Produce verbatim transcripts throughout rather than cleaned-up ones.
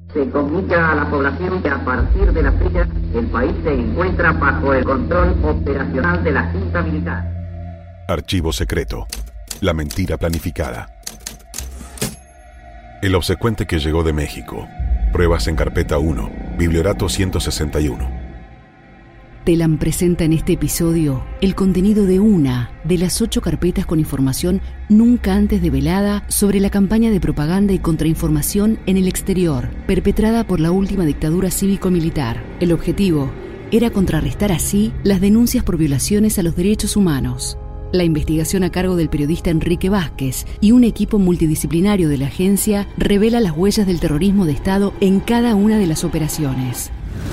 Se comunica a la población que a partir de la fecha el país se encuentra bajo el control operacional de la Junta Militar. Archivo secreto. La mentira planificada. El obsecuente que llegó de México. Pruebas en carpeta uno. Bibliorato ciento sesenta y uno. Telam presenta en este episodio el contenido de una de las ocho carpetas con información nunca antes develada sobre la campaña de propaganda y contrainformación en el exterior, perpetrada por la última dictadura cívico-militar. El objetivo era contrarrestar así las denuncias por violaciones a los derechos humanos. La investigación a cargo del periodista Enrique Vázquez y un equipo multidisciplinario de la agencia revela las huellas del terrorismo de Estado en cada una de las operaciones.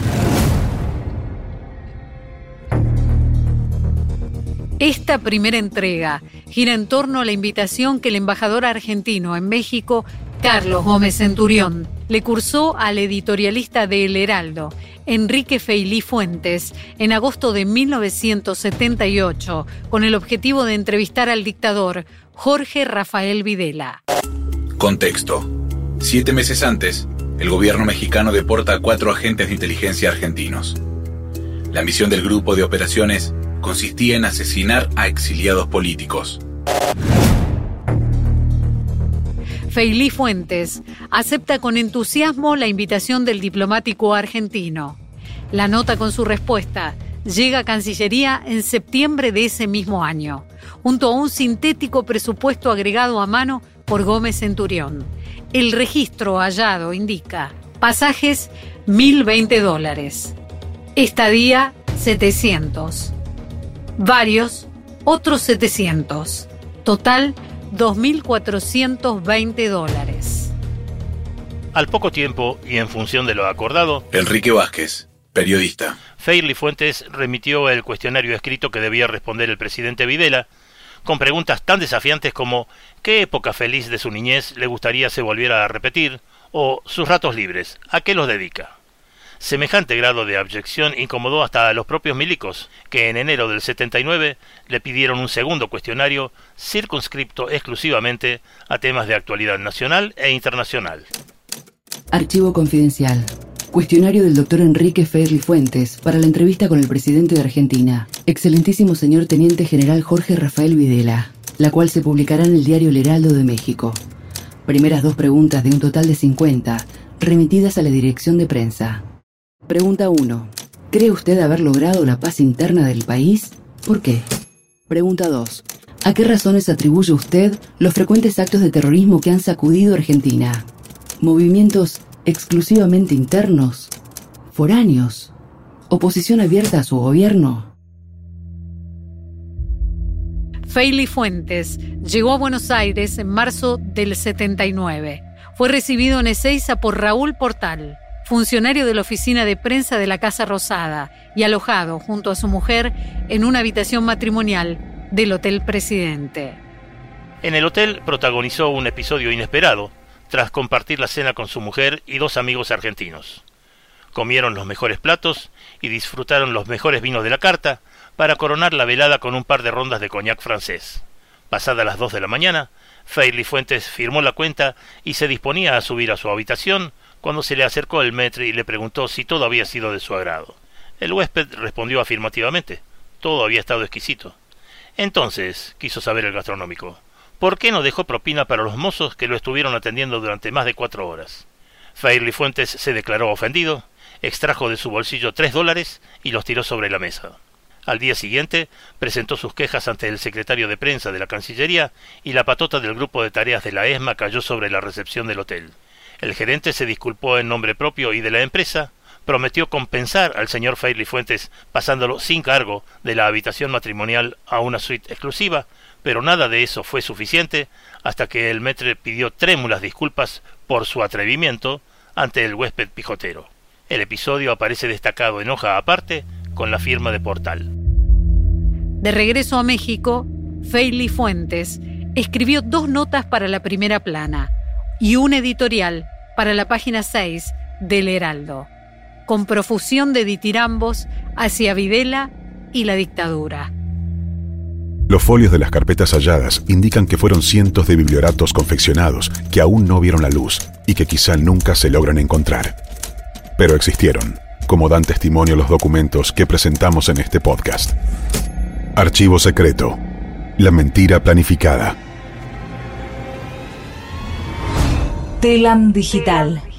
Esta primera entrega gira en torno a la invitación que el embajador argentino en México, Carlos Gómez Centurión, le cursó al editorialista de El Heraldo, Enrique Feilí Fuentes, en agosto de mil novecientos setenta y ocho, con el objetivo de entrevistar al dictador Jorge Rafael Videla. Contexto. Siete meses antes, el gobierno mexicano deporta a cuatro agentes de inteligencia argentinos. La misión del grupo de operaciones consistía en asesinar a exiliados políticos. Feilí Fuentes acepta con entusiasmo la invitación del diplomático argentino. La nota con su respuesta llega a Cancillería en septiembre de ese mismo año, junto a un sintético presupuesto agregado a mano por Gómez Centurión. El registro hallado indica pasajes mil veinte dólares, estadía setecientos. Varios, otros setecientos. Total, dos mil cuatrocientos veinte dólares. Al poco tiempo, y en función de lo acordado, Enrique Vázquez, periodista. Feilí Fuentes remitió el cuestionario escrito que debía responder el presidente Videla, con preguntas tan desafiantes como ¿qué época feliz de su niñez le gustaría se volviera a repetir? O sus ratos libres, ¿a qué los dedica? Semejante grado de abyección incomodó hasta a los propios milicos, que en enero del setenta y nueve le pidieron un segundo cuestionario circunscripto exclusivamente a temas de actualidad nacional e internacional. Archivo confidencial. Cuestionario del doctor Enrique Feilí Fuentes para la entrevista con el presidente de Argentina, excelentísimo señor Teniente General Jorge Rafael Videla, la cual se publicará en el diario El Heraldo de México. Primeras dos preguntas de un total de cincuenta, remitidas a la dirección de prensa. Pregunta uno. ¿Cree usted haber logrado la paz interna del país? ¿Por qué? Pregunta dos. ¿A qué razones atribuye usted los frecuentes actos de terrorismo que han sacudido Argentina? ¿Movimientos exclusivamente internos? ¿Foráneos? ¿Oposición abierta a su gobierno? Feilí Fuentes llegó a Buenos Aires en marzo del setenta y nueve. Fue recibido en Ezeiza por Raúl Portal, funcionario de la oficina de prensa de la Casa Rosada, y alojado junto a su mujer en una habitación matrimonial del Hotel Presidente. En el hotel protagonizó un episodio inesperado, tras compartir la cena con su mujer y dos amigos argentinos. Comieron los mejores platos y disfrutaron los mejores vinos de la carta para coronar la velada con un par de rondas de coñac francés. Pasadas las dos de la mañana, Feilí Fuentes firmó la cuenta y se disponía a subir a su habitación cuando se le acercó el maître y le preguntó si todo había sido de su agrado. El huésped respondió afirmativamente. Todo había estado exquisito. Entonces, quiso saber el gastronómico, ¿por qué no dejó propina para los mozos que lo estuvieron atendiendo durante más de cuatro horas? Feilí Fuentes se declaró ofendido, extrajo de su bolsillo tres dólares y los tiró sobre la mesa. Al día siguiente, presentó sus quejas ante el secretario de prensa de la Cancillería y la patota del grupo de tareas de la ESMA cayó sobre la recepción del hotel. El gerente se disculpó en nombre propio y de la empresa, prometió compensar al señor Feilí Fuentes pasándolo sin cargo de la habitación matrimonial a una suite exclusiva, pero nada de eso fue suficiente hasta que el maître pidió trémulas disculpas por su atrevimiento ante el huésped pijotero. El episodio aparece destacado en hoja aparte con la firma de Portal. De regreso a México, Feilí Fuentes escribió dos notas para la primera plana y un editorial para la página seis del Heraldo, con profusión de ditirambos hacia Videla y la dictadura. Los folios de las carpetas halladas indican que fueron cientos de biblioratos confeccionados que aún no vieron la luz y que quizá nunca se logran encontrar. Pero existieron, como dan testimonio los documentos que presentamos en este podcast. Archivo secreto. La mentira planificada. Telam Digital.